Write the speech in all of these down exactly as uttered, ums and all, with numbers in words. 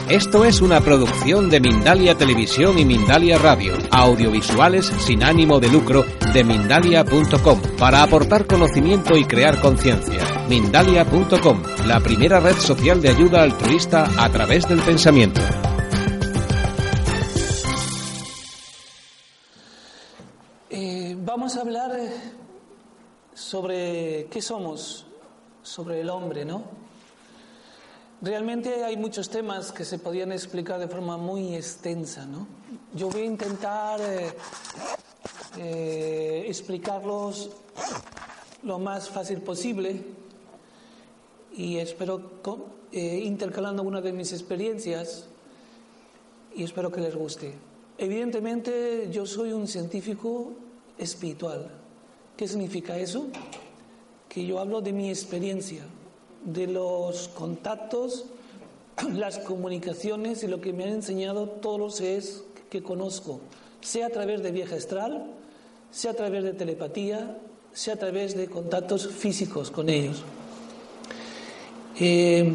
Esto es una producción de Mindalia Televisión y Mindalia Radio, audiovisuales sin ánimo de lucro de Mindalia punto com, para aportar conocimiento y crear conciencia. Mindalia punto com, la primera red social de ayuda altruista a través del pensamiento. Eh, vamos a hablar sobre qué somos, sobre el hombre, ¿no? Realmente hay muchos temas que se podrían explicar de forma muy extensa, ¿no? Yo voy a intentar eh, eh, explicarlos lo más fácil posible y espero eh, intercalando algunas de mis experiencias y espero que les guste. Evidentemente yo soy un científico espiritual. ¿Qué significa eso? Que yo hablo de mi experiencia, de los contactos, las comunicaciones y lo que me han enseñado todos los seres que conozco, sea a través de viaje astral, sea a través de telepatía, sea a través de contactos físicos con ellos. Eh,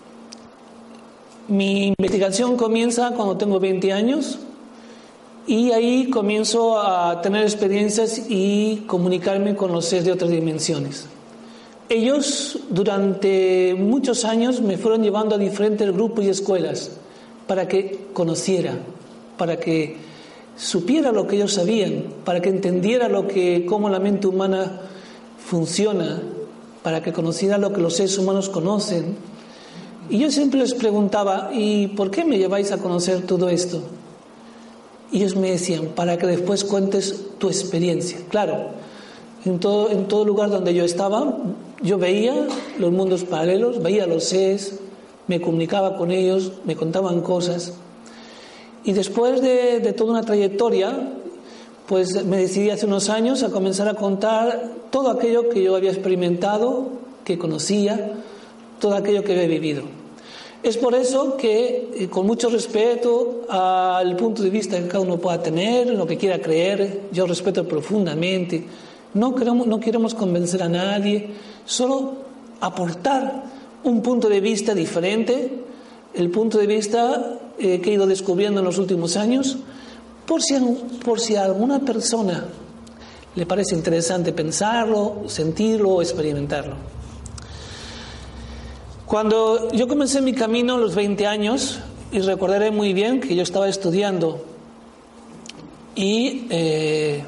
mi investigación comienza cuando tengo veinte años y ahí comienzo a tener experiencias y comunicarme con los seres de otras dimensiones. Ellos durante muchos años me fueron llevando a diferentes grupos y escuelas para que conociera, para que supiera lo que ellos sabían, para que entendiera lo que, cómo la mente humana funciona, para que conociera lo que los seres humanos conocen. Y yo siempre les preguntaba, ¿y por qué me lleváis a conocer todo esto? Y ellos me decían, para que después cuentes tu experiencia. Claro, en todo, en todo lugar donde yo estaba, yo veía los mundos paralelos, veía los seres, me comunicaba con ellos, me contaban cosas. Y después de, de toda una trayectoria, pues me decidí hace unos años a comenzar a contar todo aquello que yo había experimentado, que conocía, todo aquello que había vivido. Es por eso que, eh, con mucho respeto al punto de vista que cada uno pueda tener, lo que quiera creer, yo respeto profundamente. No queremos, no queremos convencer a nadie, solo aportar un punto de vista diferente, el punto de vista eh, que he ido descubriendo en los últimos años, por si, por si a alguna persona le parece interesante pensarlo, sentirlo o experimentarlo. Cuando yo comencé mi camino a los veinte años, y recordaré muy bien que yo estaba estudiando y eh,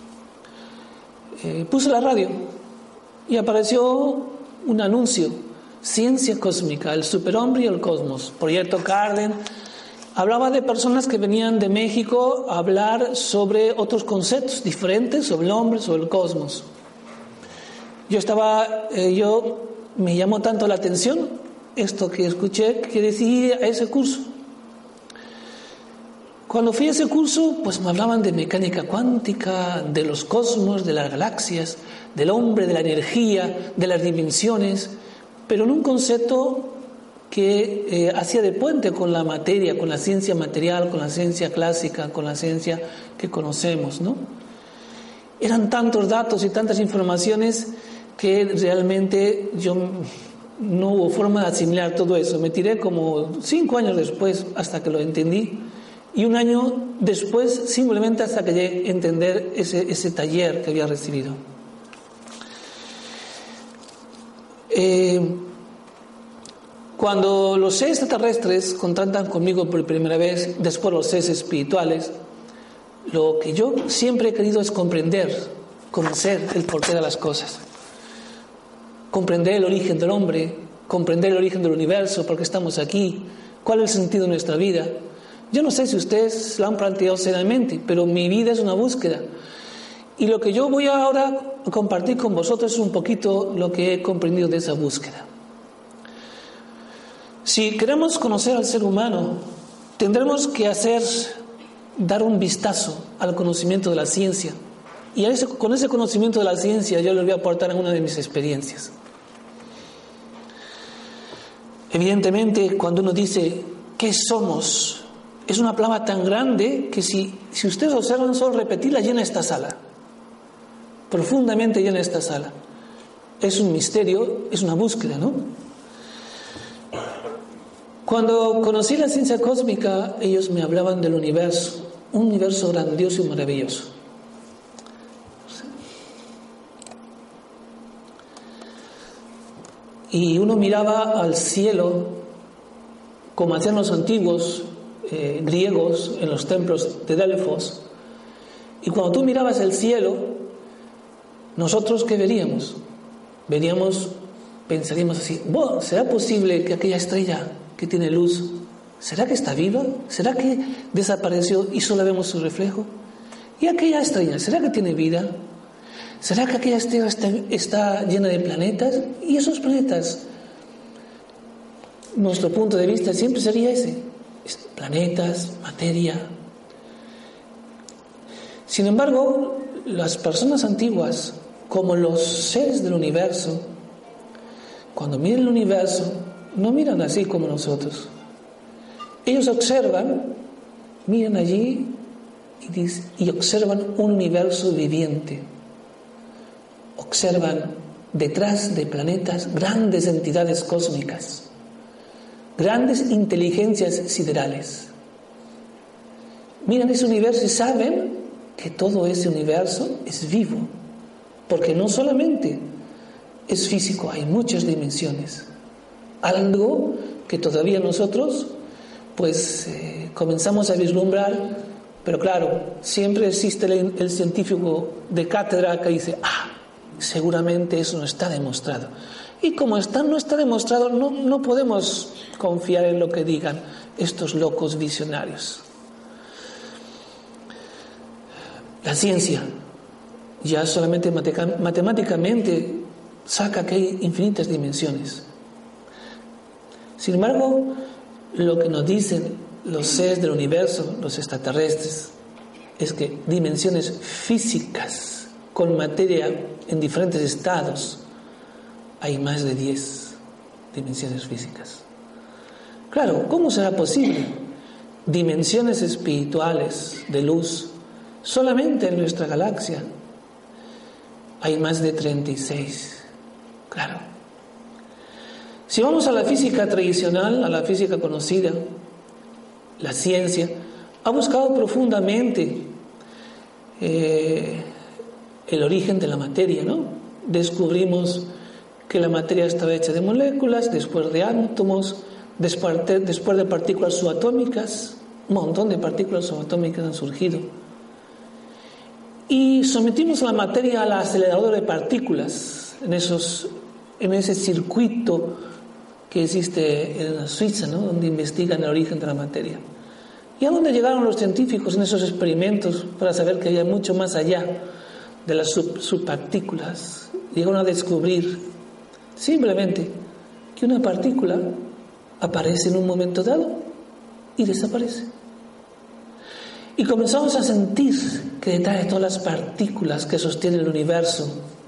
eh, puse la radio y apareció un anuncio: Ciencia Cósmica, el superhombre y el cosmos, Proyecto Carden. Hablaba de personas que venían de México a hablar sobre otros conceptos diferentes, sobre el hombre, sobre el cosmos. Yo estaba, eh, yo me llamó tanto la atención esto que escuché que decidí ir a ese curso. Cuando fui a ese curso, pues me hablaban de mecánica cuántica, de los cosmos, de las galaxias, del hombre, de la energía, de las dimensiones, pero en un concepto que eh, hacía de puente con la materia, con la ciencia material, con la ciencia clásica, con la ciencia que conocemos, ¿no? Eran tantos datos y tantas informaciones que realmente yo no hubo forma de asimilar todo eso. Me tiré como cinco años después hasta que lo entendí, y un año después simplemente hasta que llegué a entender ese, ese taller que había recibido. Eh, Cuando los seres extraterrestres contactan conmigo por primera vez, después los seres espirituales, lo que yo siempre he querido es comprender, conocer el porqué de las cosas. Comprender el origen del hombre, comprender el origen del universo, por qué estamos aquí, cuál es el sentido de nuestra vida. Yo no sé si ustedes lo han planteado seriamente, pero mi vida es una búsqueda. Y lo que yo voy ahora a compartir con vosotros es un poquito lo que he comprendido de esa búsqueda. Si queremos conocer al ser humano, tendremos que hacer, dar un vistazo al conocimiento de la ciencia. Y a ese, con ese conocimiento de la ciencia yo les voy a aportar una de mis experiencias. Evidentemente, cuando uno dice ¿qué somos?, es una palabra tan grande que si, si ustedes observan, solo repetirla llena esta sala. Profundamente llena esta sala. Es un misterio, es una búsqueda, ¿no? Cuando conocí la ciencia cósmica, ellos me hablaban del universo, un universo grandioso y maravilloso. Y uno miraba al cielo como hacían los antiguos eh, griegos en los templos de Delfos. Y cuando tú mirabas el cielo, nosotros ¿qué veríamos? Veríamos, pensaríamos así, bueno, ¿será posible que aquella estrella que tiene luz, ¿será que está viva? ¿Será que desapareció y solo vemos su reflejo? ¿Y aquella estrella, será que tiene vida? ¿Será que aquella estrella está, está llena de planetas? ¿Y esos planetas? Nuestro punto de vista siempre sería ese, planetas, materia. Sin embargo, las personas antiguas, como los seres del universo, cuando miran el universo, no miran así como nosotros. Ellos observan, miran allí y, dice, y observan un universo viviente. Observan detrás de planetas grandes entidades cósmicas, grandes inteligencias siderales. Miran ese universo y saben que todo ese universo es vivo, porque no solamente es físico, hay muchas dimensiones. Algo que todavía nosotros pues eh, comenzamos a vislumbrar, pero claro, siempre existe el, el científico de cátedra que dice, ah, seguramente eso no está demostrado. Y como está, no está demostrado, no, no podemos confiar en lo que digan estos locos visionarios. La ciencia ya solamente matemáticamente saca que hay infinitas dimensiones. Sin embargo, lo que nos dicen los seres del universo, los extraterrestres, es que dimensiones físicas con materia en diferentes estados, hay más de diez dimensiones físicas. Claro, ¿cómo será posible? Dimensiones espirituales de luz, solamente en nuestra galaxia hay más de treinta y seis. Claro. Si vamos a la física tradicional, a la física conocida, la ciencia ha buscado profundamente eh, el origen de la materia, ¿no? Descubrimos que la materia estaba hecha de moléculas, después de átomos, después de, después de partículas subatómicas, un montón de partículas subatómicas han surgido. Y sometimos a la materia al acelerador de partículas, en, esos, en ese circuito que existe en Suiza, ¿no? Donde investigan el origen de la materia. ¿Y a dónde llegaron los científicos en esos experimentos para saber que había mucho más allá de las sub, subpartículas? Llegaron a descubrir simplemente que una partícula aparece en un momento dado y desaparece. Y comenzamos a sentir que detrás de todas las partículas que sostienen el universo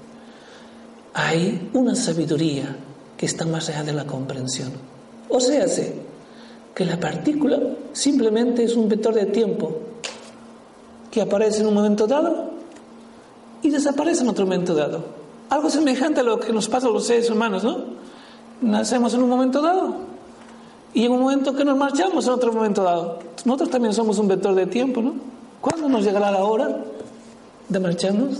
hay una sabiduría que está más allá de la comprensión. O sea, sé que la partícula simplemente es un vector de tiempo que aparece en un momento dado y desaparece en otro momento dado. Algo semejante a lo que nos pasa a los seres humanos, ¿no? Nacemos en un momento dado y en un momento que nos marchamos en otro momento dado. Nosotros también somos un vector de tiempo, ¿no? ¿Cuándo nos llegará la hora de marcharnos?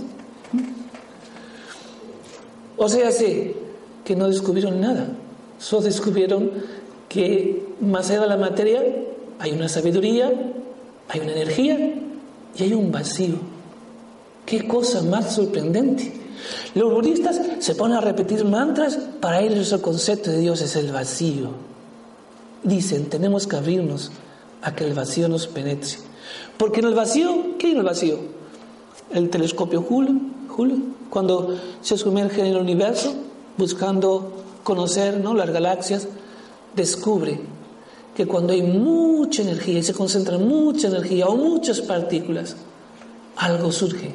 O sea, sí, que no descubrieron nada. Solo descubrieron que más allá de la materia hay una sabiduría, hay una energía y hay un vacío. ¡Qué cosa más sorprendente! Los budistas se ponen a repetir mantras. Para ellos el concepto de Dios es el vacío. Dicen, tenemos que abrirnos a que el vacío nos penetre. Porque en el vacío, ¿qué hay en el vacío? El telescopio Hubble, Hubble cuando se sumerge en el universo buscando conocer, ¿no?, las galaxias, descubre que cuando hay mucha energía y se concentra mucha energía o muchas partículas, algo surge.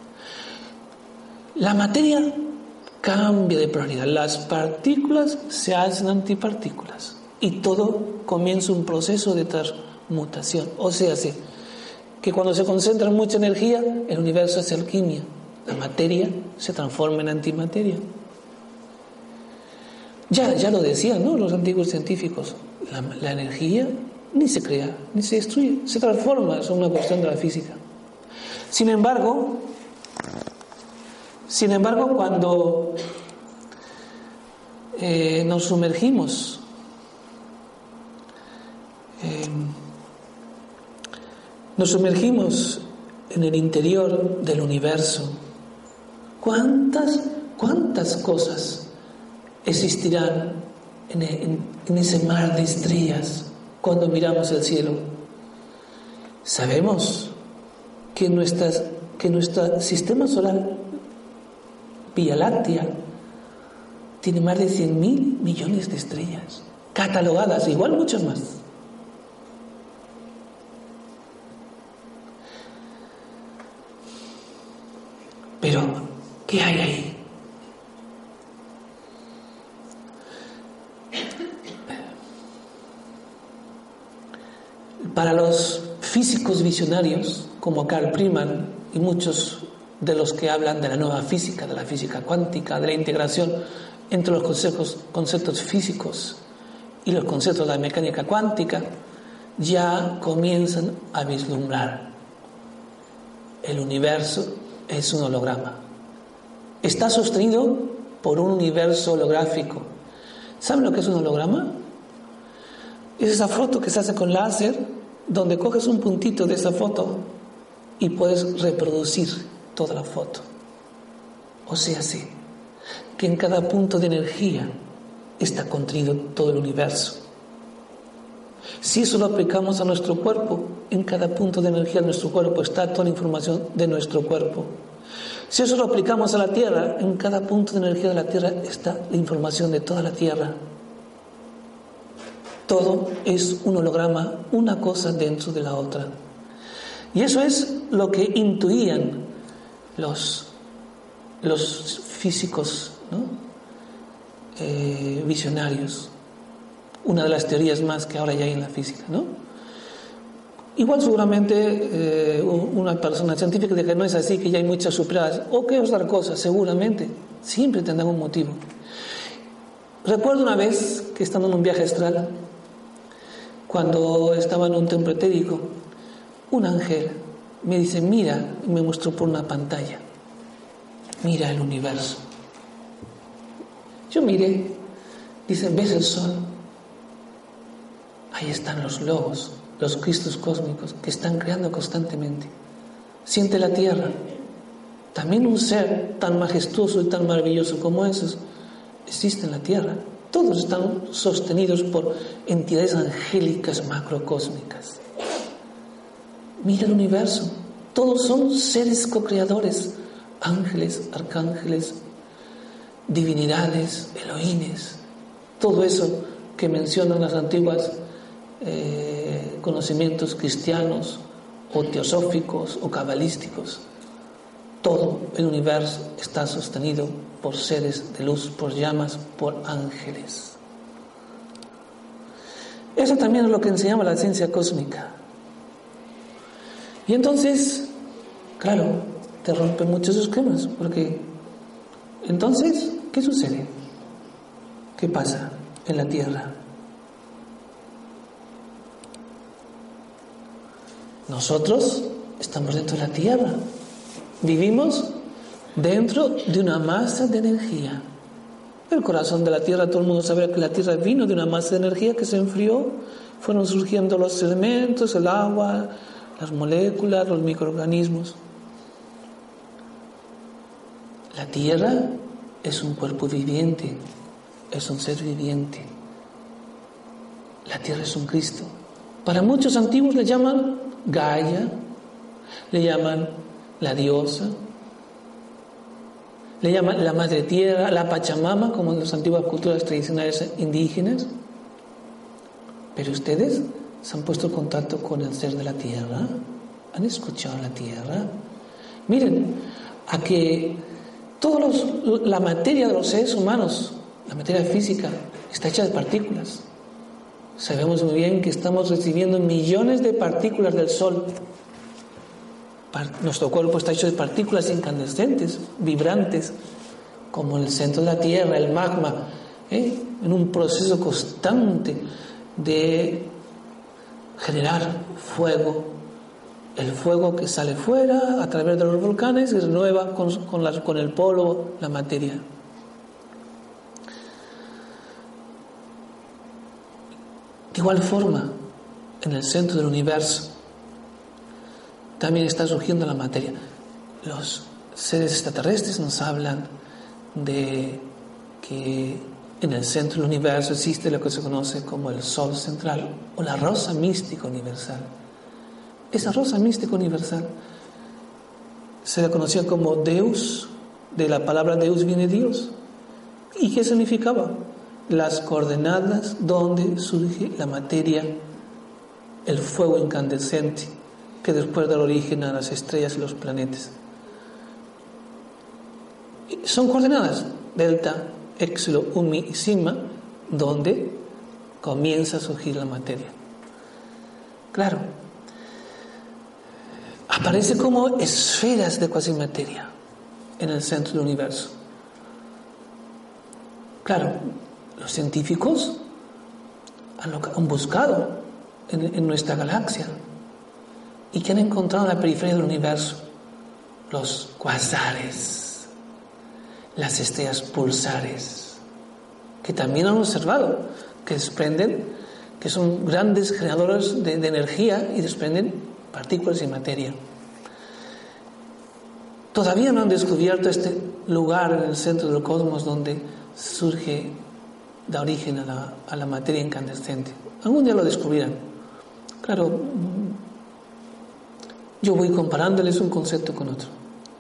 La materia cambia de polaridad, las partículas se hacen antipartículas y todo comienza un proceso de transmutación. O sea, sí, que cuando se concentra mucha energía, el universo hace alquimia, la materia se transforma en antimateria. Ya, ya lo decían, ¿no?, los antiguos científicos. la, la energía ni se crea, ni se destruye, se transforma, es una cuestión de la física. Sin embargo, sin embargo, cuando eh, nos sumergimos eh, nos sumergimos en el interior del universo, ¿cuántas, cuántas cosas existirán en, en, en ese mar de estrellas cuando miramos el cielo? Sabemos que, nuestras, que nuestro sistema solar, Vía Láctea, tiene más de cien mil millones de estrellas, catalogadas, igual muchas más. Pero, ¿qué hay ahí? Para los físicos visionarios, como Carl Priemann y muchos de los que hablan de la nueva física, de la física cuántica, de la integración entre los conceptos, conceptos físicos y los conceptos de la mecánica cuántica, ya comienzan a vislumbrar. El universo es un holograma. Está sostenido por un universo holográfico. ¿Saben lo que es un holograma? Es esa foto que se hace con láser, donde coges un puntito de esa foto y puedes reproducir toda la foto. O sea, sí, que en cada punto de energía está contenido todo el universo. Si eso lo aplicamos a nuestro cuerpo, en cada punto de energía de nuestro cuerpo está toda la información de nuestro cuerpo. Si eso lo aplicamos a la Tierra, en cada punto de energía de la Tierra está la información de toda la Tierra. Todo es un holograma, una cosa dentro de la otra. Y eso es lo que intuían los, los físicos, ¿no? eh, visionarios. Una de las teorías más que ahora ya hay en la física, ¿no? Igual seguramente eh, una persona científica dice que no es así, que ya hay muchas superadas, o que otra cosa, seguramente, siempre tendrán un motivo. Recuerdo una vez que estando en un viaje astral, cuando estaba en un templo etérico, un ángel me dice, mira, y me mostró por una pantalla, mira el universo. Yo miré, dice, ¿ves el sol? Ahí están los logos, los cristos cósmicos que están creando constantemente. Siente la tierra. También un ser tan majestuoso y tan maravilloso como esos existe en la tierra. Todos están sostenidos por entidades angélicas macrocósmicas. Mira el universo. Todos son seres co-creadores, ángeles, arcángeles, divinidades, Elohines. Todo eso que mencionan las antiguas eh, conocimientos cristianos o teosóficos o cabalísticos. Todo el universo está sostenido por seres de luz, por llamas, por ángeles. Eso también es lo que enseñaba la ciencia cósmica. Y entonces, claro, te rompe muchos esquemas, porque entonces, ¿qué sucede? ¿Qué pasa en la Tierra? Nosotros estamos dentro de la Tierra. Vivimos dentro de una masa de energía. El corazón de la Tierra, todo el mundo sabe que la Tierra vino de una masa de energía que se enfrió. Fueron surgiendo los elementos, el agua, las moléculas, los microorganismos. La Tierra es un cuerpo viviente, es un ser viviente. La Tierra es un Cristo. Para muchos antiguos le llaman Gaia, le llaman la diosa, le llaman la madre tierra, la Pachamama, como en las antiguas culturas tradicionales indígenas. Pero ustedes se han puesto en contacto con el ser de la tierra, han escuchado la tierra. Miren, a que toda la materia de los seres humanos, la materia física, está hecha de partículas. Sabemos muy bien que estamos recibiendo millones de partículas del Sol. Nuestro cuerpo está hecho de partículas incandescentes, vibrantes, como en el centro de la Tierra, el magma, ¿eh? en un proceso constante de generar fuego, el fuego que sale fuera a través de los volcanes y renueva con, con, la, con el polvo la materia. De igual forma, en el centro del universo también está surgiendo la materia. Los seres extraterrestres nos hablan de que en el centro del universo existe lo que se conoce como el Sol central o la rosa mística universal. Esa rosa mística universal se la conocía como Deus, de la palabra Deus viene Dios. ¿Y qué significaba? Las coordenadas donde surge la materia, el fuego incandescente que después da origen a las estrellas y los planetas. Son coordenadas delta, éxilo, umi y sigma, donde comienza a surgir la materia. Claro, aparece como esferas de cuasimateria en el centro del universo. Claro, los científicos han, han buscado en, en nuestra galaxia y que han encontrado en la periferia del universo los cuasares, las estrellas pulsares, que también han observado que desprenden, que son grandes generadores de, de energía y desprenden partículas y materia. Todavía no han descubierto este lugar en el centro del cosmos donde surge, da origen a la, a la materia incandescente. Algún día lo descubrirán. Claro, yo voy comparándoles un concepto con otro.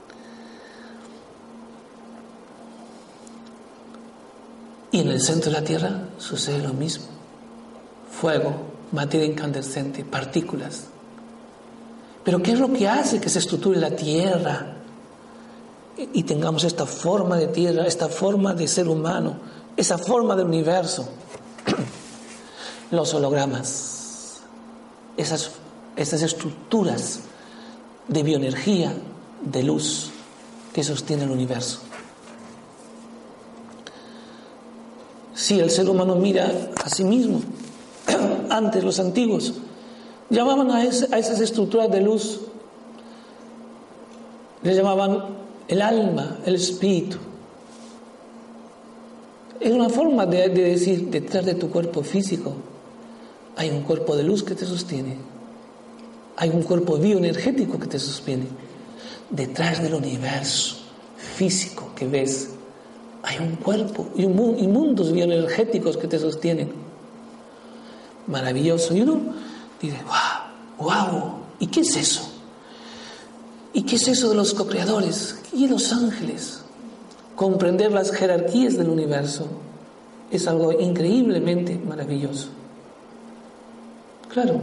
Y en el centro de la Tierra sucede lo mismo. Fuego, materia incandescente, partículas. Pero ¿qué es lo que hace que se estructure la Tierra y tengamos esta forma de Tierra, esta forma de ser humano, esa forma del universo? Los hologramas, esas, esas estructuras de bioenergía, de luz que sostiene el universo. Si el ser humano mira a sí mismo, antes los antiguos llamaban a, ese, a esas estructuras de luz, les llamaban el alma, el espíritu. Es una forma de, de decir, detrás de tu cuerpo físico hay un cuerpo de luz que te sostiene, hay un cuerpo bioenergético que te sostiene. Detrás del universo físico que ves hay un cuerpo y, un, y mundos bioenergéticos que te sostienen. Maravilloso. Y uno dice, wow, wow, ¿y qué es eso? ¿Y qué es eso de los co-creadores? ¿Y los ángeles? Comprender las jerarquías del universo es algo increíblemente maravilloso. Claro,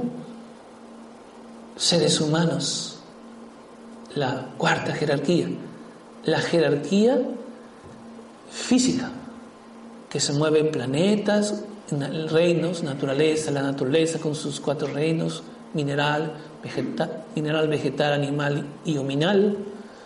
seres humanos, la cuarta jerarquía, la jerarquía física, que se mueve en planetas, en reinos, naturaleza, la naturaleza con sus cuatro reinos, mineral, vegetal, mineral, vegetal, animal y hominal.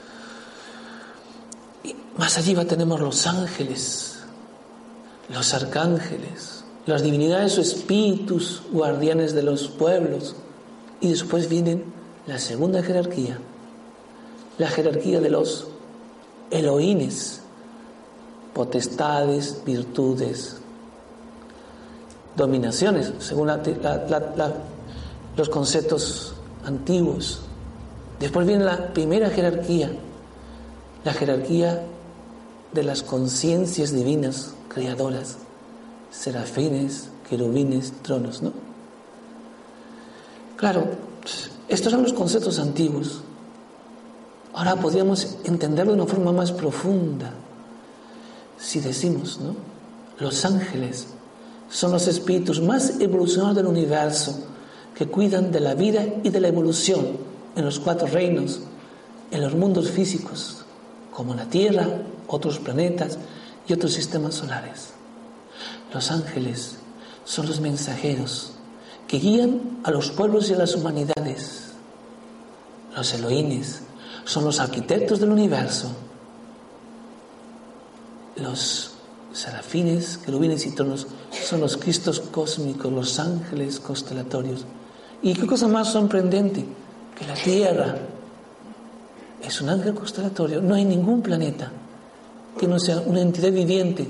Y más allá tenemos los ángeles, los arcángeles, las divinidades o espíritus guardianes de los pueblos. Y después viene la segunda jerarquía, la jerarquía de los Elohines, potestades, virtudes, dominaciones, según la, la, la, la, los conceptos antiguos. Después viene la primera jerarquía, la jerarquía de las conciencias divinas creadoras, serafines, querubines, tronos, ¿no? Claro, estos son los conceptos antiguos. Ahora podríamos entenderlo de una forma más profunda. Si decimos, ¿no? Los ángeles son los espíritus más evolucionados del universo que cuidan de la vida y de la evolución en los cuatro reinos, en los mundos físicos, como la Tierra, otros planetas y otros sistemas solares. Los ángeles son los mensajeros que guían a los pueblos y a las humanidades. Los Elohines son los arquitectos del universo. Los serafines, querubines y tronos son los Cristos cósmicos, los ángeles constelatorios. ¿Y qué cosa más sorprendente? Que la Tierra es un ángel constelatorio. No hay ningún planeta que no sea una entidad viviente,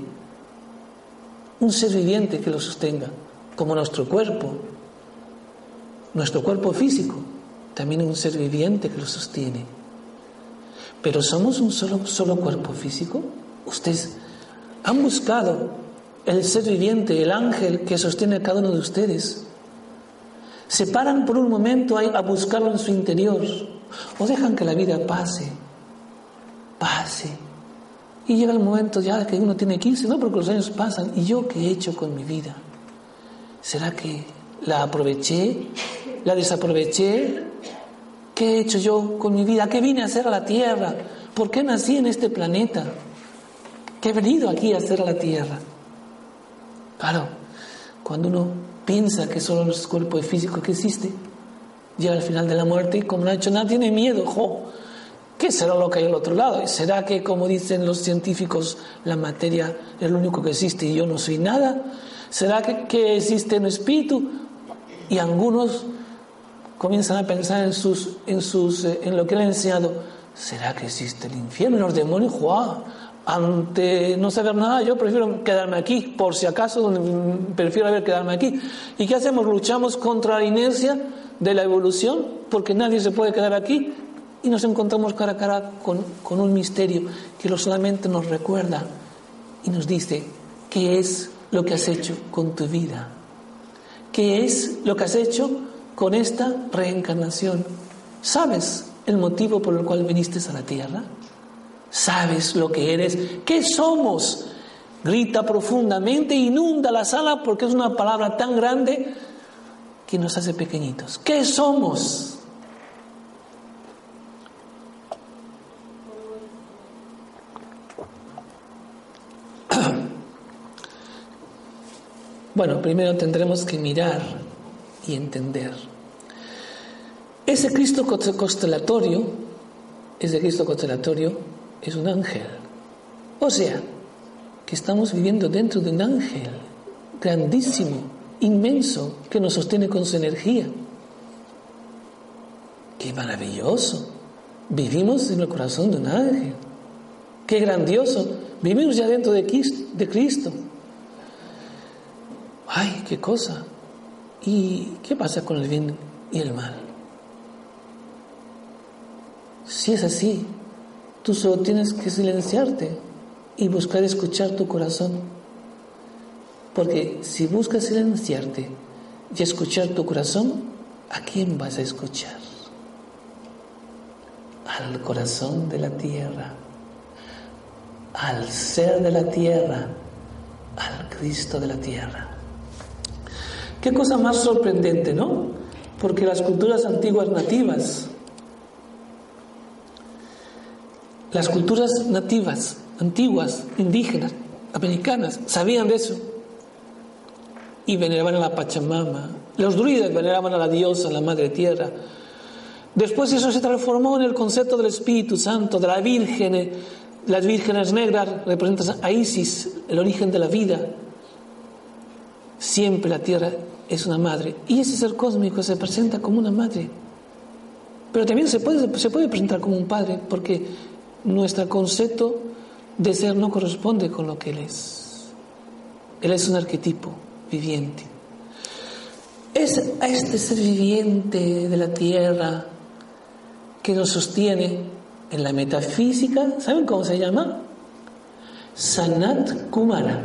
un ser viviente que lo sostenga, como nuestro cuerpo. Nuestro cuerpo físico también es un ser viviente que lo sostiene. Pero ¿somos un solo, solo cuerpo físico? Ustedes han buscado el ser viviente, el ángel que sostiene a cada uno de ustedes. Se paran por un momento a buscarlo en su interior, o dejan que la vida pase, pase, y llega el momento ya que uno tiene que irse, no, porque los años pasan. ¿Y yo qué he hecho con mi vida? ¿Será que la aproveché? ¿La desaproveché? ¿Qué he hecho yo con mi vida? ¿Qué vine a hacer a la Tierra? ¿Por qué nací en este planeta? ¿Qué he venido aquí a hacer a la Tierra? Claro, cuando uno piensa que solo es cuerpo físico que existe, llega al final de la muerte y como no ha hecho nada, tiene miedo. ¡Jo! ¿Qué será lo que hay al otro lado? ¿Será que, como dicen los científicos, la materia es lo único que existe y yo no soy nada? ¿Será que, que existe un espíritu? Y algunos comienzan a pensar en, sus, en, sus, en lo que le han enseñado. ¿Será que existe el infierno, los demonios? ¡Wow! Ante no saber nada, yo prefiero quedarme aquí, por si acaso, prefiero haber quedarme aquí. ¿Y qué hacemos? Luchamos contra la inercia de la evolución, porque nadie se puede quedar aquí, y nos encontramos cara a cara con, con un misterio que lo solamente nos recuerda y nos dice: ¿qué es lo que has hecho con tu vida? ¿Qué es lo que has hecho con esta reencarnación? ¿Sabes el motivo por el cual viniste a la Tierra? ¿Sabes lo que eres? ¿Qué somos? Grita profundamente, inunda la sala, porque es una palabra tan grande que nos hace pequeñitos. ¿Qué somos? Bueno, primero tendremos que mirar y entender. Ese Cristo constelatorio, ese Cristo constelatorio es un ángel. O sea, que estamos viviendo dentro de un ángel grandísimo, inmenso, que nos sostiene con su energía. ¡Qué maravilloso! Vivimos en el corazón de un ángel. ¡Qué grandioso! Vivimos ya dentro de Cristo. ¡Ay, qué cosa! ¿Y qué pasa con el bien y el mal? Si es así, tú solo tienes que silenciarte y buscar escuchar tu corazón. Porque si buscas silenciarte y escuchar tu corazón, ¿a quién vas a escuchar? Al corazón de la tierra, al ser de la tierra, al Cristo de la tierra. Qué cosa más sorprendente, ¿no? Porque las culturas antiguas nativas, las culturas nativas, antiguas, indígenas, americanas, sabían de eso y veneraban a la Pachamama. Los druidas veneraban a la diosa, a la Madre Tierra. Después eso se transformó en el concepto del Espíritu Santo, de la Virgen. Las vírgenes negras representan a Isis, el origen de la vida. Siempre la Tierra es una madre y ese ser cósmico se presenta como una madre, pero también se puede, se puede presentar como un padre, porque nuestro concepto de ser no corresponde con lo que Él es. Él es un arquetipo viviente. Es a este ser viviente de la tierra que nos sostiene en la metafísica. ¿Saben cómo se llama? Sanat Kumara.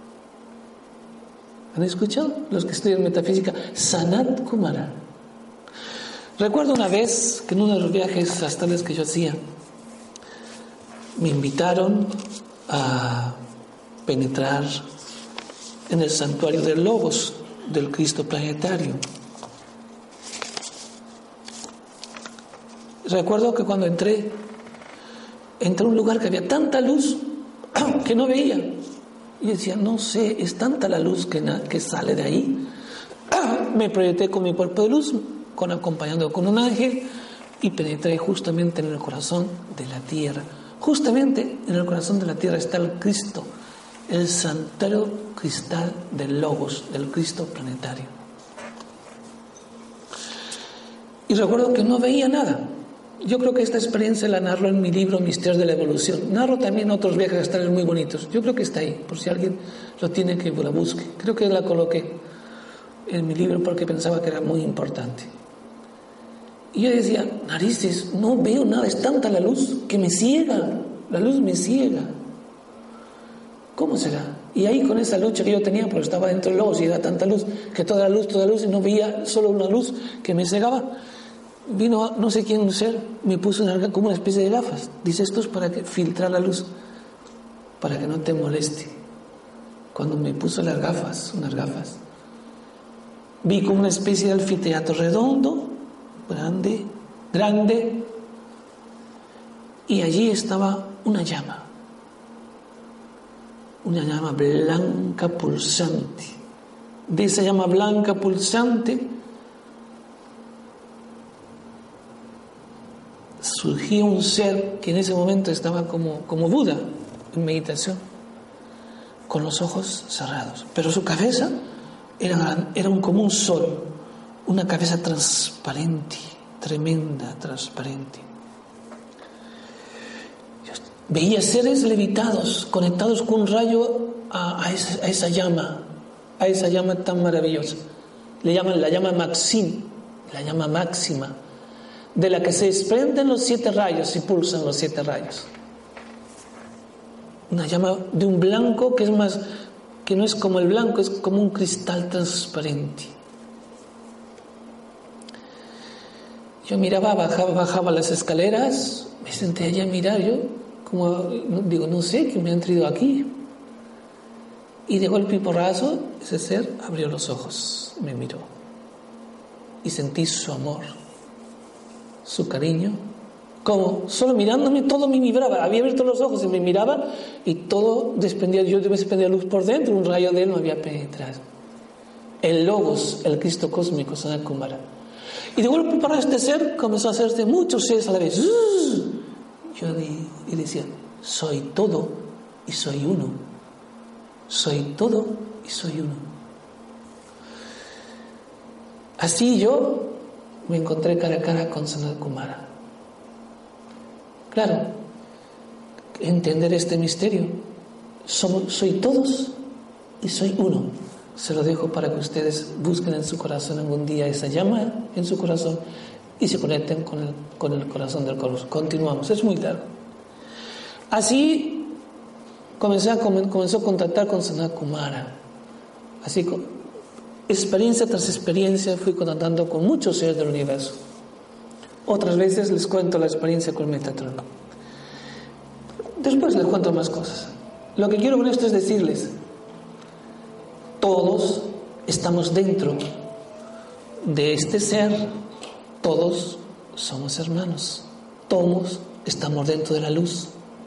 ¿Han escuchado? Los que estudian metafísica, Sanat Kumara. Recuerdo una vez que en uno de los viajes astrales que yo hacía, me invitaron a penetrar en el santuario de Lobos, del Cristo planetario. Recuerdo que cuando entré, entré a un lugar que había tanta luz que no veía. Y decía, no sé, es tanta la luz que, na- que sale de ahí. Me proyecté con mi cuerpo de luz, con, acompañado con un ángel, y penetré justamente en el corazón de la tierra. Justamente en el corazón de la tierra está el Cristo, el santuario cristal del Logos, del Cristo planetario. Y recuerdo que no veía nada. Yo creo que esta experiencia la narro en mi libro Misterios de la Evolución. Narro también otros viajes astrales muy bonitos. Yo creo que está ahí, por si alguien lo tiene, que la busque. Creo que la coloqué en mi libro porque pensaba que era muy importante. Y yo decía, narices, no veo nada, es tanta la luz que me ciega, la luz me ciega. ¿Cómo será? Y ahí con esa lucha que yo tenía, porque estaba dentro del Logos y era tanta luz, que toda la luz, toda la luz, y no veía solo una luz que me cegaba, vino no sé quién ser, me puso una, como una especie de gafas. Dice, esto es para que, filtrar la luz, para que no te moleste. Cuando me puso las gafas, unas gafas, vi como una especie de anfiteatro redondo, grande, grande, y allí estaba una llama, una llama blanca pulsante. De esa llama blanca pulsante surgió un ser que en ese momento estaba como, como Buda, en meditación, con los ojos cerrados, pero su cabeza era, era un, como un sol, una cabeza transparente, tremenda, transparente. Yo veía seres levitados, conectados con un rayo a, a, esa, a esa llama, a esa llama tan maravillosa. Le llaman la llama Maxim, la llama máxima, de la que se desprenden los siete rayos y pulsan los siete rayos. Una llama de un blanco que es más, que no es como el blanco, es como un cristal transparente. Yo miraba, bajaba, bajaba las escaleras, me senté allí a mirar, yo como, digo, no sé, que me han traído aquí. Y de golpe y porrazo, ese ser abrió los ojos, me miró. Y sentí su amor, su cariño. Como solo mirándome, todo me vibraba. Había abierto los ojos y me miraba y todo desprendía, yo desprendía luz por dentro, un rayo de él me había penetrado. El Logos, el Cristo cósmico, Sanat Kumara. Y de golpe para este ser comenzó a hacerse muchos seres a la vez. Yo di, y decía, soy todo y soy uno. Soy todo y soy uno. Así yo me encontré cara a cara con Sanat Kumara. Claro, entender este misterio. Somos, soy todos y soy uno. Se lo dejo para que ustedes busquen en su corazón algún día esa llama en su corazón y se conecten con el, con el corazón del cosmos. Continuamos, es muy largo. Así comencé a, comenzó a contactar con Sanat Kumara. Así, experiencia tras experiencia, fui contactando con muchos seres del universo. Otras veces les cuento la experiencia con Metatron. Después les cuento más cosas. Lo que quiero con esto es decirles, todos estamos dentro de este ser, todos somos hermanos, todos estamos dentro de la luz.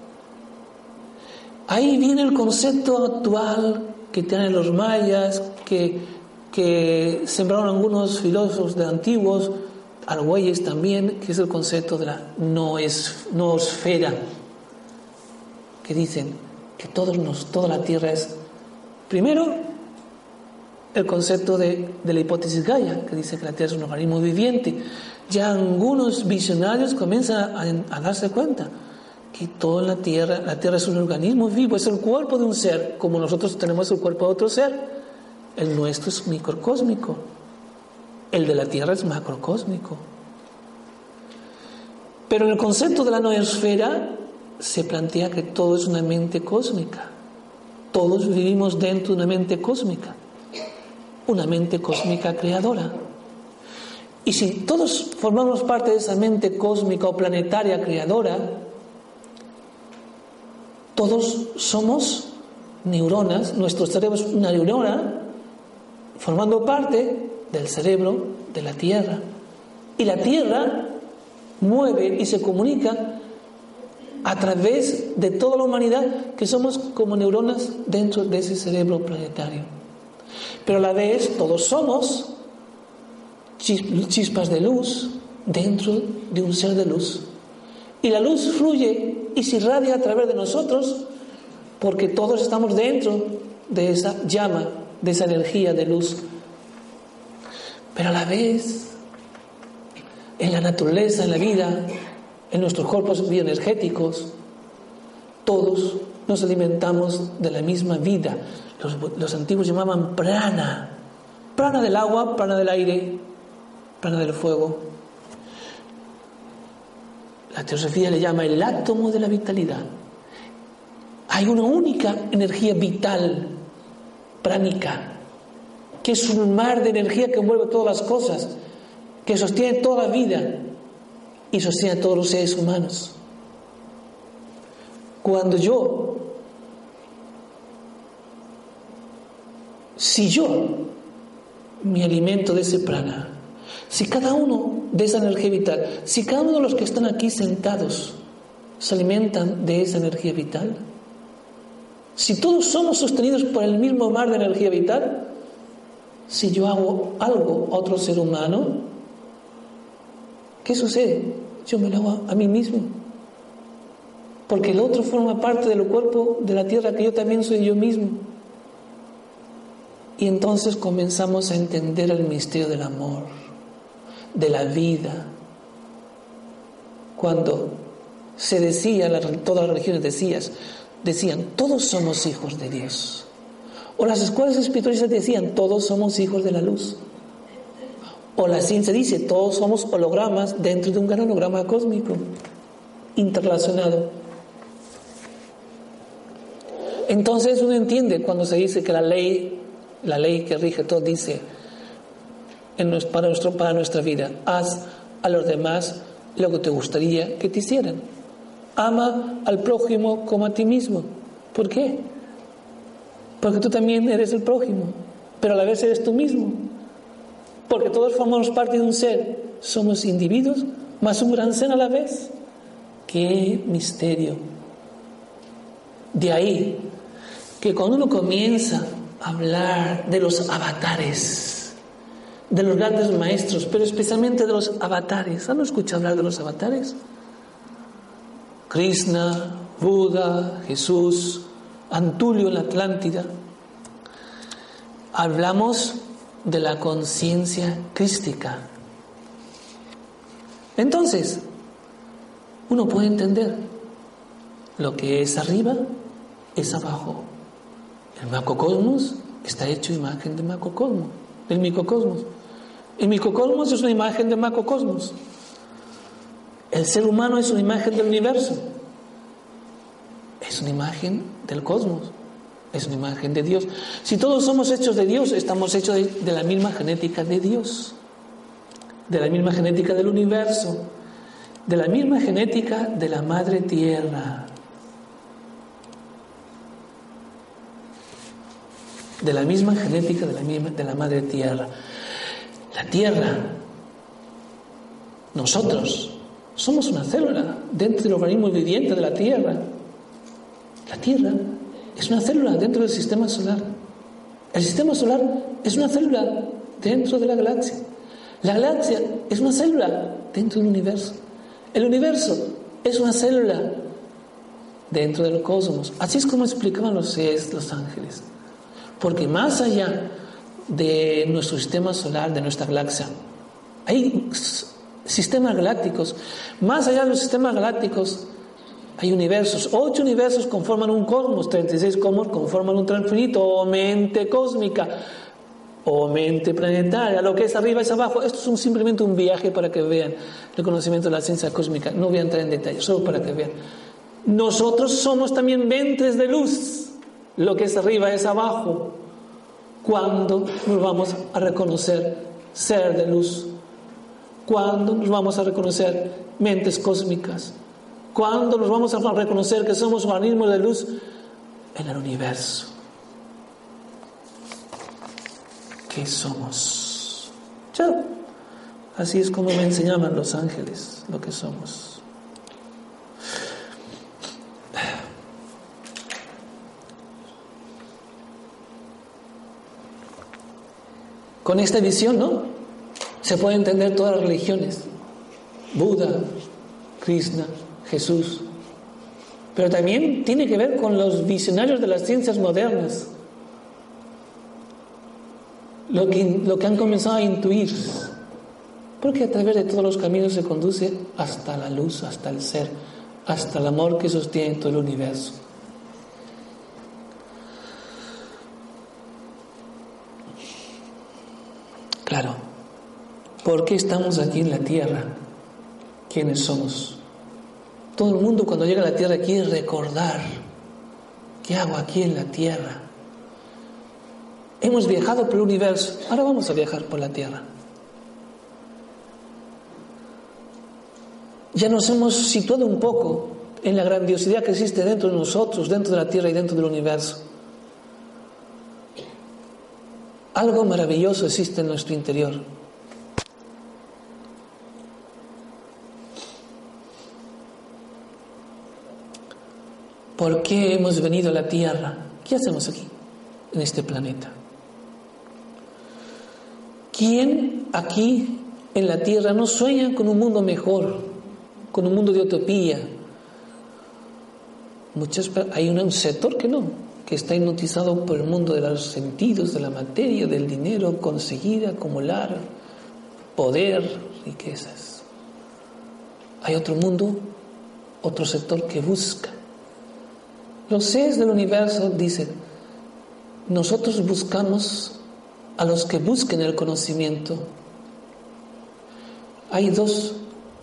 Ahí viene el concepto actual que tienen los mayas, que, que sembraron algunos filósofos de antiguos, Argüelles también, que es el concepto de la noosfera, que dicen que todos nos, toda la Tierra es, primero, el concepto de, de la hipótesis Gaia, que dice que la Tierra es un organismo viviente. Ya algunos visionarios comienzan a, a darse cuenta que toda la Tierra, la Tierra es un organismo vivo, es el cuerpo de un ser, como nosotros tenemos el cuerpo de otro ser. El nuestro es microcósmico. El de la Tierra es macrocósmico. Pero en el concepto de la noosfera se plantea que todo es una mente cósmica. Todos vivimos dentro de una mente cósmica. Una mente cósmica creadora. Y si todos formamos parte de esa mente cósmica o planetaria creadora, todos somos neuronas, nuestro cerebro es una neurona formando parte del cerebro de la Tierra. Y la Tierra mueve y se comunica a través de toda la humanidad, que somos como neuronas dentro de ese cerebro planetario. Pero a la vez todos somos chispas de luz dentro de un ser de luz. Y la luz fluye y se irradia a través de nosotros porque todos estamos dentro de esa llama, de esa energía de luz. Pero a la vez, en la naturaleza, en la vida, en nuestros cuerpos bioenergéticos, todos nos alimentamos de la misma vida. Los, los antiguos llamaban prana. Prana del agua, prana del aire, prana del fuego. La teosofía le llama el átomo de la vitalidad. Hay una única energía vital, pránica, que es un mar de energía que envuelve todas las cosas, que sostiene toda la vida y sostiene a todos los seres humanos. Cuando yo, si yo me alimento de ese prana, si cada uno de esa energía vital, si cada uno de los que están aquí sentados se alimentan de esa energía vital, si todos somos sostenidos por el mismo mar de energía vital, si yo hago algo a otro ser humano, ¿qué sucede? Yo me lo hago a mí mismo. Porque el otro forma parte del cuerpo de la tierra que yo también soy yo mismo. Y entonces comenzamos a entender el misterio del amor, de la vida. Cuando se decía, todas las religiones decías, decían, todos somos hijos de Dios. O las escuelas espirituales decían, todos somos hijos de la luz. O la ciencia dice, todos somos hologramas dentro de un gran holograma cósmico, interrelacionado. Entonces uno entiende cuando se dice que la ley, la ley que rige todo dice, en nuestro, para, nuestro, para nuestra vida, haz a los demás lo que te gustaría que te hicieran. Ama al prójimo como a ti mismo. ¿Por qué? Porque tú también eres el prójimo, pero a la vez eres tú mismo. Porque todos formamos parte de un ser. Somos individuos, más un gran ser a la vez. ¡Qué misterio! De ahí que cuando uno comienza a hablar de los avatares, de los grandes maestros, pero especialmente de los avatares, ¿han escuchado hablar de los avatares? Krishna, Buda, Jesús, Antulio en la Atlántida. Hablamos de la conciencia crística. Entonces, uno puede entender lo que es arriba es abajo. El macrocosmos está hecho imagen de macrocosmos, del microcosmos. El microcosmos es una imagen del macrocosmos. El ser humano es una imagen del universo. Es una imagen del cosmos. Es una imagen de Dios. Si todos somos hechos de Dios, estamos hechos de, de la misma genética de Dios, de la misma genética del universo, de la misma genética de la Madre Tierra, de la misma genética de la, misma, de la Madre Tierra. La Tierra, nosotros, somos una célula dentro del organismo viviente de la Tierra. La Tierra es una célula dentro del sistema solar. El sistema solar es una célula dentro de la galaxia. La galaxia es una célula dentro del universo. El universo es una célula dentro del cosmos. Así es como explicaban los seres, los ángeles. Porque más allá de nuestro sistema solar, de nuestra galaxia, hay sistemas galácticos. Más allá de los sistemas galácticos hay universos. Ocho universos conforman un cosmos, treinta y seis cosmos conforman un transfinito o mente cósmica o mente planetaria. Lo que es arriba es abajo. Esto es un, simplemente un viaje para que vean el conocimiento de la ciencia cósmica. No voy a entrar en detalle, solo para que vean. Nosotros somos también mentes de luz. Lo que es arriba es abajo. ¿Cuándo nos vamos a reconocer ser de luz? ¿Cuándo nos vamos a reconocer mentes cósmicas? ¿Cuándo nos vamos a reconocer que somos organismos de luz en el universo? ¿Qué somos? Chao. Así es como me enseñaban los ángeles lo que somos. Con esta visión, ¿no? Se puede entender todas las religiones. Buda, Krishna, Jesús. pero también tiene que ver con los visionarios de las ciencias modernas, lo que, lo que han comenzado a intuir, porque a través de todos los caminos se conduce hasta la luz, hasta el ser, hasta el amor que sostiene todo el universo. Claro, ¿por qué estamos aquí en la tierra? ¿Quiénes somos? Todo el mundo cuando llega a la tierra quiere recordar qué hago aquí en la tierra. Hemos viajado por el universo, ahora vamos a viajar por la tierra. Ya nos hemos situado un poco en la grandiosidad que existe dentro de nosotros, dentro de la tierra y dentro del universo. Algo maravilloso existe en nuestro interior. ¿Por qué hemos venido a la Tierra? ¿Qué hacemos aquí, en este planeta? ¿Quién aquí en la Tierra no sueña con un mundo mejor, con un mundo de utopía? Muchas, hay un sector que no, que está hipnotizado por el mundo de los sentidos, de la materia, del dinero, conseguir, acumular, poder, riquezas. Hay otro mundo, otro sector que busca. Los seres del universo dicen, nosotros buscamos a los que busquen el conocimiento. Hay dos,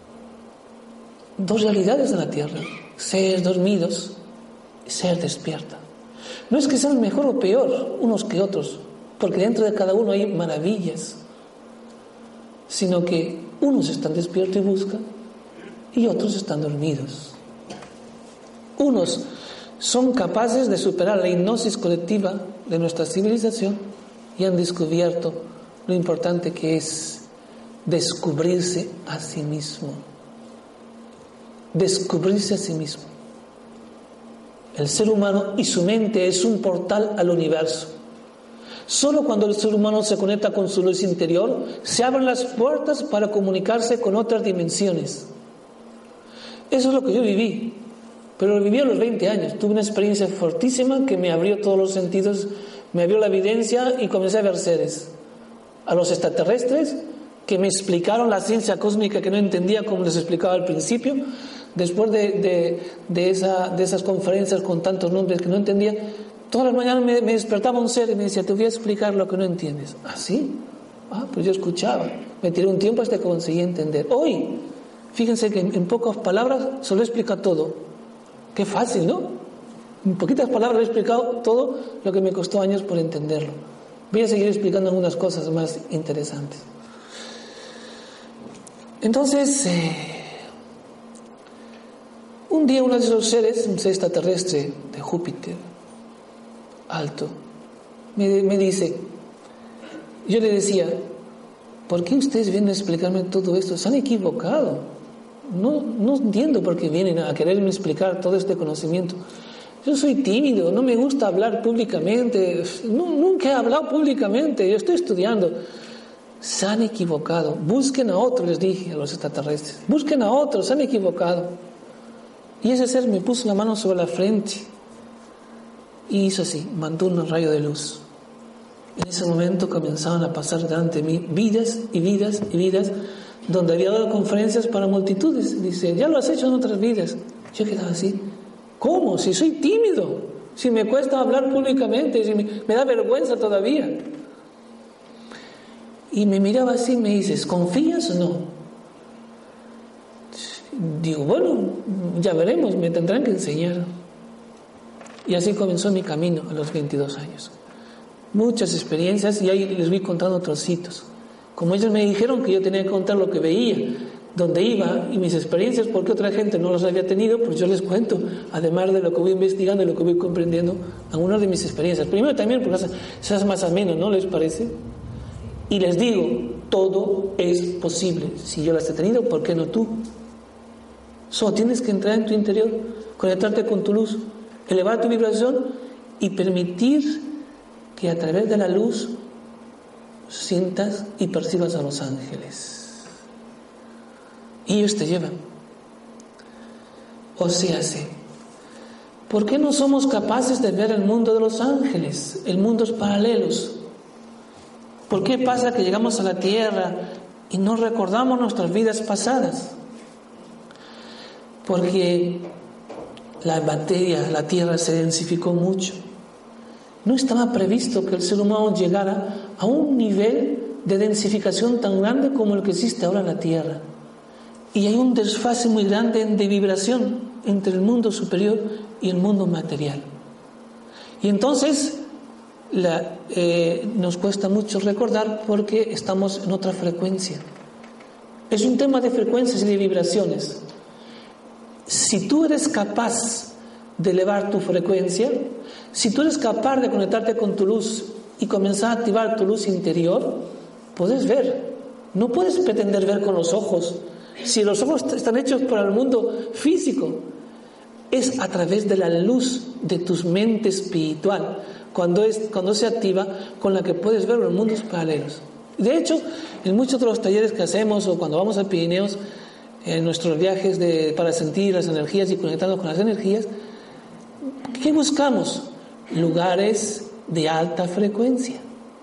dos realidades en la Tierra, seres dormidos y seres despiertos. No es que sean mejor o peor unos que otros, porque dentro de cada uno hay maravillas, sino que unos están despiertos y buscan, y otros están dormidos. Unos son capaces de superar la hipnosis colectiva de nuestra civilización y han descubierto lo importante que es descubrirse a sí mismo. Descubrirse a sí mismo. El ser humano y su mente es un portal al universo. Solo cuando el ser humano se conecta con su luz interior, se abren las puertas para comunicarse con otras dimensiones. Eso es lo que yo viví. Pero lo viví a los veinte años. Tuve una experiencia fortísima que me abrió todos los sentidos, me abrió la evidencia y comencé a ver seres. A los extraterrestres, que me explicaron la ciencia cósmica que no entendía como les explicaba al principio. Después de, de, de, esa, de esas conferencias con tantos nombres que no entendía, todas las mañanas me, me despertaba un ser y me decía, te voy a explicar lo que no entiendes. ¿Ah, sí? Ah, pues yo escuchaba. Me tiré un tiempo hasta que conseguí entender. Hoy, fíjense que en, en pocas palabras se lo explica todo. Qué fácil, ¿no? En poquitas palabras he explicado todo lo que me costó años por entenderlo. Voy a seguir explicando algunas cosas más interesantes. Entonces, eh, un día uno de esos seres, un ser extraterrestre de Júpiter, alto, me, me dice, yo le decía, ¿por qué ustedes vienen a explicarme todo esto? Se han equivocado. No, no entiendo por qué vienen a quererme explicar todo este conocimiento. Yo soy tímido, no me gusta hablar públicamente, no, nunca he hablado públicamente, yo estoy estudiando. Se han equivocado, busquen a otros, les dije a los extraterrestres, busquen a otros, se han equivocado. Y ese ser me puso la mano sobre la frente y hizo así, mandó un rayo de luz. En ese momento comenzaban a pasar delante de mí vidas y vidas y vidas, donde había dado conferencias para multitudes. Dice, ya lo has hecho en otras vidas. Yo quedaba así, ¿cómo? Si soy tímido, si me cuesta hablar públicamente, si me, me da vergüenza todavía. Y me miraba así y me dices, ¿confías o no? Digo, bueno, ya veremos, me tendrán que enseñar. Y así comenzó mi camino a los veintidós años. Muchas experiencias, y ahí les voy contando trocitos. Como ellos me dijeron que yo tenía que contar lo que veía, dónde iba y mis experiencias, porque otra gente no los había tenido, pues yo les cuento, además de lo que voy investigando y lo que voy comprendiendo, algunas de mis experiencias. Primero también porque seas más ameno, ¿no les parece? Y les digo, todo es posible. Si yo las he tenido, ¿por qué no tú? Solo tienes que entrar en tu interior, conectarte con tu luz, elevar tu vibración y permitir que a través de la luz sientas y percibas a los ángeles. Y ellos te llevan. O sea, sí, ¿Por qué no somos capaces de ver el mundo de los ángeles, el mundos paralelos? ¿Por qué pasa que llegamos a la tierra y no recordamos nuestras vidas pasadas? Porque la materia, la tierra se densificó mucho. No estaba previsto que el ser humano llegara a un nivel de densificación tan grande como el que existe ahora en la tierra. Y hay un desfase muy grande de vibración entre el mundo superior y el mundo material. Y entonces la, eh, nos cuesta mucho recordar porque estamos en otra frecuencia. Es un tema de frecuencias y de vibraciones. Si tú eres capaz de elevar tu frecuencia, si tú eres capaz de conectarte con tu luz y comenzar a activar tu luz interior, puedes ver. No puedes pretender ver con los ojos. Si los ojos están hechos para el mundo físico, es a través de la luz de tu mente espiritual, cuando, es, cuando se activa, con la que puedes ver los mundos paralelos. De hecho, en muchos de los talleres que hacemos o cuando vamos a Pirineos, en nuestros viajes de, para sentir las energías y conectarnos con las energías, ¿qué buscamos? Lugares de alta frecuencia,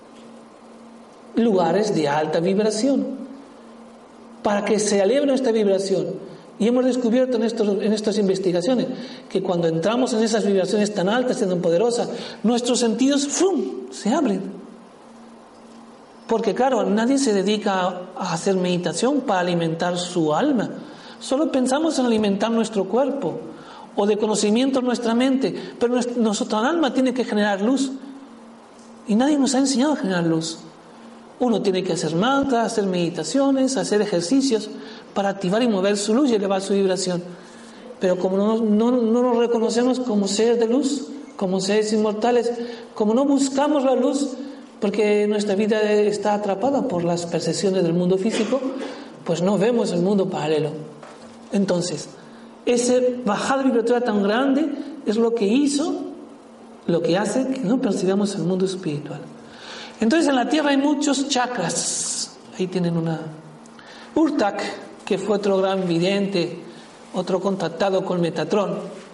lugares de alta vibración, para que se eleve nuestra vibración. Y hemos descubierto en, estos, en estas investigaciones que cuando entramos en esas vibraciones tan altas y tan poderosas, nuestros sentidos ¡fum!, se abren. Porque claro, nadie se dedica a hacer meditación para alimentar su alma. Solo pensamos en alimentar nuestro cuerpo o de conocimiento nuestra mente. Pero nuestra alma tiene que generar luz. Y nadie nos ha enseñado a generar luz. Uno tiene que hacer mantras, hacer meditaciones, hacer ejercicios para activar y mover su luz y elevar su vibración. Pero como no, no, no nos reconocemos como seres de luz, como seres inmortales, como no buscamos la luz, porque nuestra vida está atrapada por las percepciones del mundo físico, pues no vemos el mundo paralelo. Entonces, esa bajada vibratoria tan grande es lo que hizo, lo que hace que no percibamos el mundo espiritual. Entonces en la Tierra hay muchos chakras. Ahí tienen una... Urtak, que fue otro gran vidente, otro contactado con Metatron,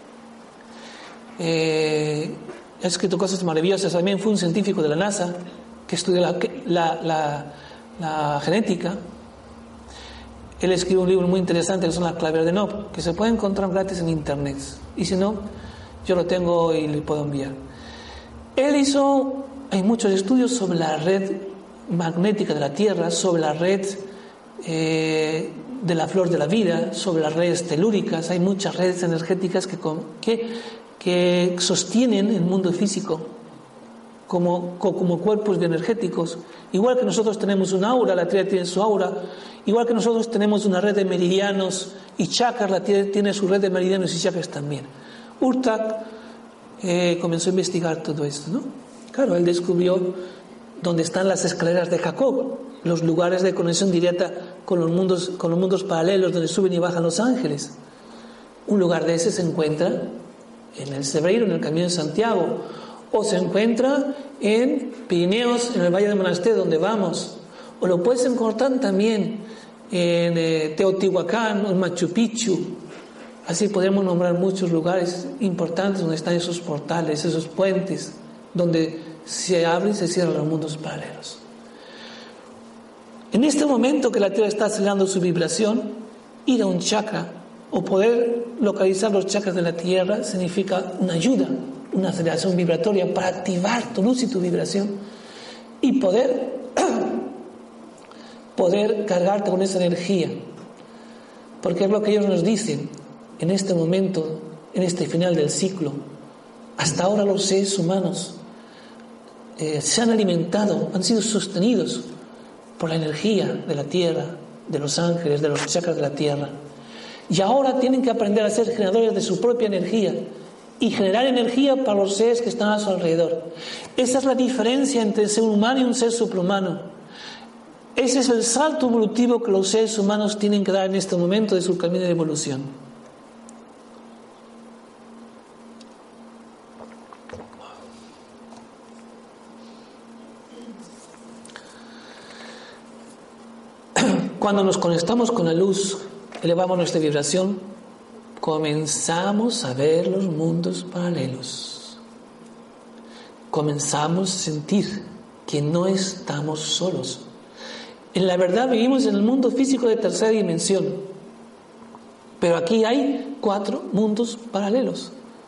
eh, ha escrito cosas maravillosas. También fue un científico de la NASA que estudió la, la, la, la genética. Él escribió un libro muy interesante que son las claves de Nob, que se puede encontrar gratis en internet, y si no, yo lo tengo y le puedo enviar. Él hizo, hay muchos estudios sobre la red magnética de la Tierra, sobre la red eh, de la flor de la vida, sobre las redes telúricas. Hay muchas redes energéticas que, que, que sostienen el mundo físico como, como cuerpos energéticos. Igual que nosotros tenemos un aura, la Tierra tiene su aura. Igual que nosotros tenemos una red de meridianos y chakras, la Tierra tiene su red de meridianos y chakras también. Urtak eh, comenzó a investigar todo esto, ¿no? Claro, él descubrió dónde están las escaleras de Jacob, los lugares de conexión directa con los mundos, con los mundos paralelos donde suben y bajan los ángeles. Un lugar de ese se encuentra en el Cebreiro, en el Camino de Santiago, o se encuentra en Pirineos, en el Valle de Monasterio, donde vamos, o lo puedes encontrar también en eh, Teotihuacán o en Machu Picchu. Así podemos nombrar muchos lugares importantes donde están esos portales, esos puentes, donde se abren y se cierran los mundos paralelos. En este momento que la Tierra está acelerando su vibración, ir a un chakra o poder localizar los chakras de la Tierra significa una ayuda, una aceleración vibratoria para activar tu luz y tu vibración y poder, poder cargarte con esa energía. Porque es lo que ellos nos dicen en este momento, en este final del ciclo. Hasta ahora los seres humanos eh, se han alimentado, han sido sostenidos por la energía de la Tierra, de los ángeles, de los chakras de la Tierra. Y ahora tienen que aprender a ser generadores de su propia energía y generar energía para los seres que están a su alrededor. Esa es la diferencia entre el ser humano y un ser suprahumano. Ese es el salto evolutivo que los seres humanos tienen que dar en este momento de su camino de evolución. Cuando nos conectamos con la luz, elevamos nuestra vibración, comenzamos a ver los mundos paralelos. Comenzamos a sentir que no estamos solos. En la verdad vivimos en el mundo físico de tercera dimensión, pero aquí hay cuatro mundos paralelos.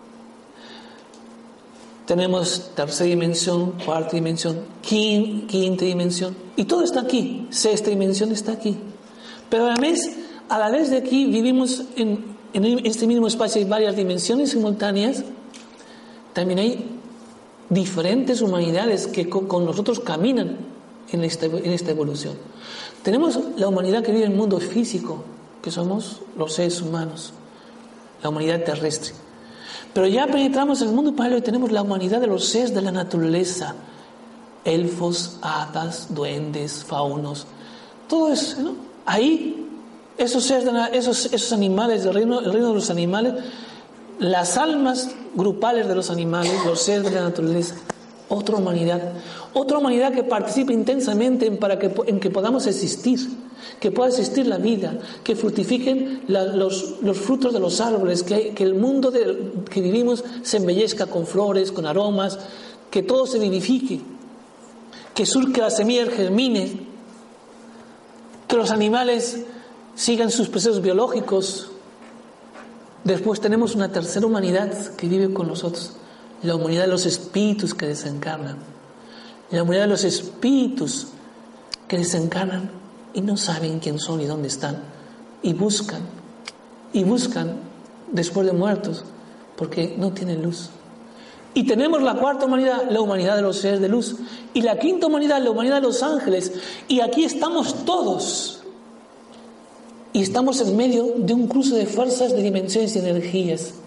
Tenemos tercera dimensión, cuarta dimensión, quinta dimensión, y todo está aquí. Sexta dimensión está aquí. Pero a la vez, a la vez de aquí vivimos en, en este mismo espacio, hay varias dimensiones simultáneas. También hay diferentes humanidades que con, con nosotros caminan en esta, en esta evolución. Tenemos la humanidad que vive en el mundo físico, que somos los seres humanos, la humanidad terrestre. Pero ya penetramos en el mundo paralelo y tenemos la humanidad de los seres de la naturaleza, elfos, hadas, duendes, faunos, todo eso, ¿no? Ahí, esos seres, de la, esos, esos animales del reino, el reino de los animales, las almas grupales de los animales, los seres de la naturaleza, otra humanidad, otra humanidad que participa intensamente en, para que, en que podamos existir, que pueda existir la vida, que fructifiquen la, los, los frutos de los árboles, que, que el mundo de, que vivimos se embellezca con flores, con aromas, que todo se vivifique, que surque la semilla germine, que los animales sigan sus procesos biológicos. Después tenemos una tercera humanidad que vive con nosotros, la humanidad de los espíritus que desencarnan, la humanidad de los espíritus que desencarnan y no saben quién son y dónde están, y buscan, y buscan después de muertos, porque no tienen luz. Y tenemos la cuarta humanidad, la humanidad de los seres de luz, y la quinta humanidad, la humanidad de los ángeles, y aquí estamos todos, y estamos en medio de un cruce de fuerzas, de dimensiones y energías,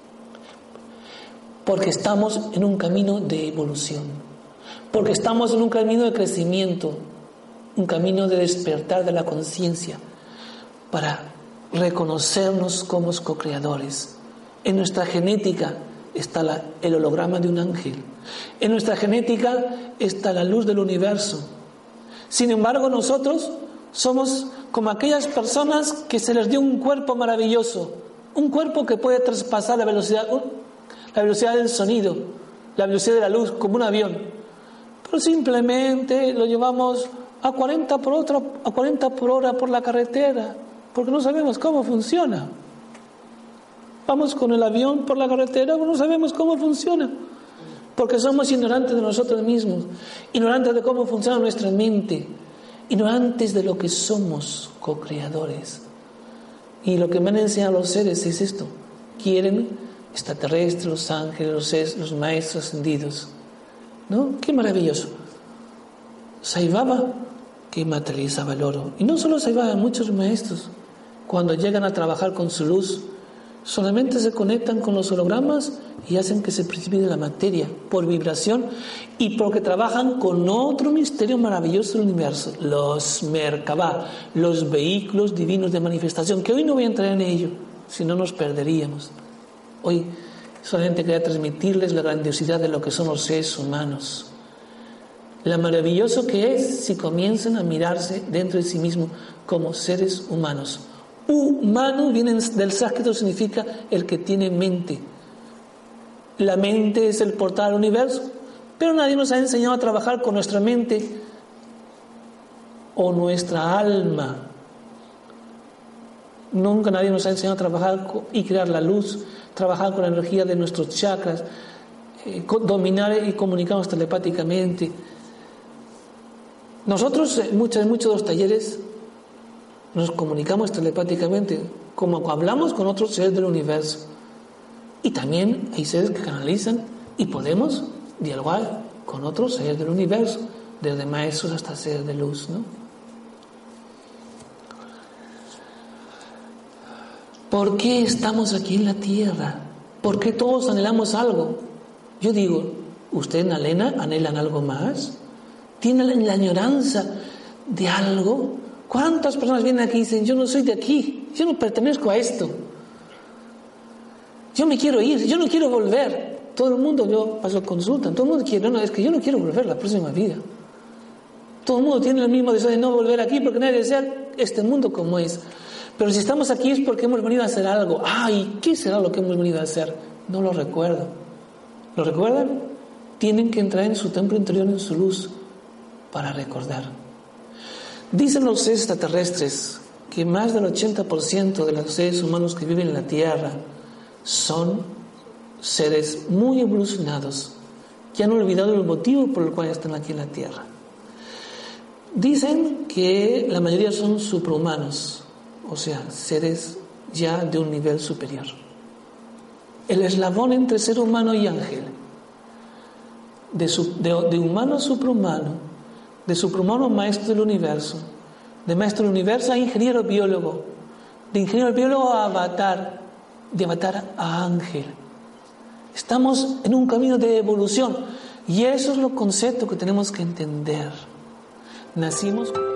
porque estamos en un camino de evolución, porque estamos en un camino de crecimiento, un camino de despertar de la conciencia para reconocernos como co-creadores. En nuestra genética está la, el holograma de un ángel. En nuestra genética está la luz del universo. Sin embargo, nosotros somos como aquellas personas que se les dio un cuerpo maravilloso, un cuerpo que puede traspasar la velocidad, la velocidad del sonido, la velocidad de la luz, como un avión. Pero simplemente lo llevamos a cuarenta por otra, a cuarenta por hora por la carretera, porque no sabemos cómo funciona. Vamos con el avión por la carretera, pero no sabemos cómo funciona, porque somos ignorantes de nosotros mismos, ignorantes de cómo funciona nuestra mente, ignorantes de lo que somos co-creadores. Y lo que me han enseñado los seres es esto: quieren extraterrestres, los ángeles, los seres, los maestros ascendidos, ¿no? Qué maravilloso. Sai Baba, que materializaba el oro. Y no solo Sai Baba, muchos maestros, cuando llegan a trabajar con su luz, solamente se conectan con los hologramas y hacen que se precipite la materia por vibración, y porque trabajan con otro misterio maravilloso del universo, los Merkabah, los vehículos divinos de manifestación, que hoy no voy a entrar en ello, si no nos perderíamos. Hoy solamente quería transmitirles la grandiosidad de lo que son los seres humanos, lo maravilloso que es si comienzan a mirarse dentro de sí mismos como seres humanos. Humano viene del sánscrito, significa el que tiene mente. La mente es el portal al universo, pero nadie nos ha enseñado a trabajar con nuestra mente o nuestra alma. Nunca nadie nos ha enseñado a trabajar y crear la luz, trabajar con la energía de nuestros chakras, eh, dominar y comunicarnos telepáticamente. Nosotros en muchos, en muchos de los talleres nos comunicamos telepáticamente, como hablamos con otros seres del universo. Y también hay seres que canalizan y podemos dialogar con otros seres del universo, desde maestros hasta seres de luz, ¿no? ¿Por qué estamos aquí en la tierra? ¿Por qué todos anhelamos algo? Yo digo, ¿ustedes anhelan algo más? ¿Tienen la añoranza de algo? ¿Cuántas personas vienen aquí y dicen, yo no soy de aquí, yo no pertenezco a esto, yo me quiero ir, yo no quiero volver? Todo el mundo, yo paso consulta, todo el mundo quiere, no, no, es que yo no quiero volver la próxima vida. Todo el mundo tiene el mismo deseo de no volver aquí porque nadie desea este mundo como es. Pero si estamos aquí es porque hemos venido a hacer algo. Ay, ¿qué será lo que hemos venido a hacer? No lo recuerdo. ¿Lo recuerdan? Tienen que entrar en su templo interior, en su luz, para recordar. Dicen los extraterrestres que más del ochenta por ciento de los seres humanos que viven en la Tierra son seres muy evolucionados, que han olvidado el motivo por el cual están aquí en la Tierra. Dicen que la mayoría son suprahumanos, o sea, seres ya de un nivel superior. El eslabón entre ser humano y ángel, de, su, de, de humano a suprahumano, de suprahumano a maestro del universo, de maestro del universo a ingeniero biólogo, de ingeniero biólogo a avatar, de avatar a ángel. Estamos en un camino de evolución y eso es lo concepto que tenemos que entender. Nacimos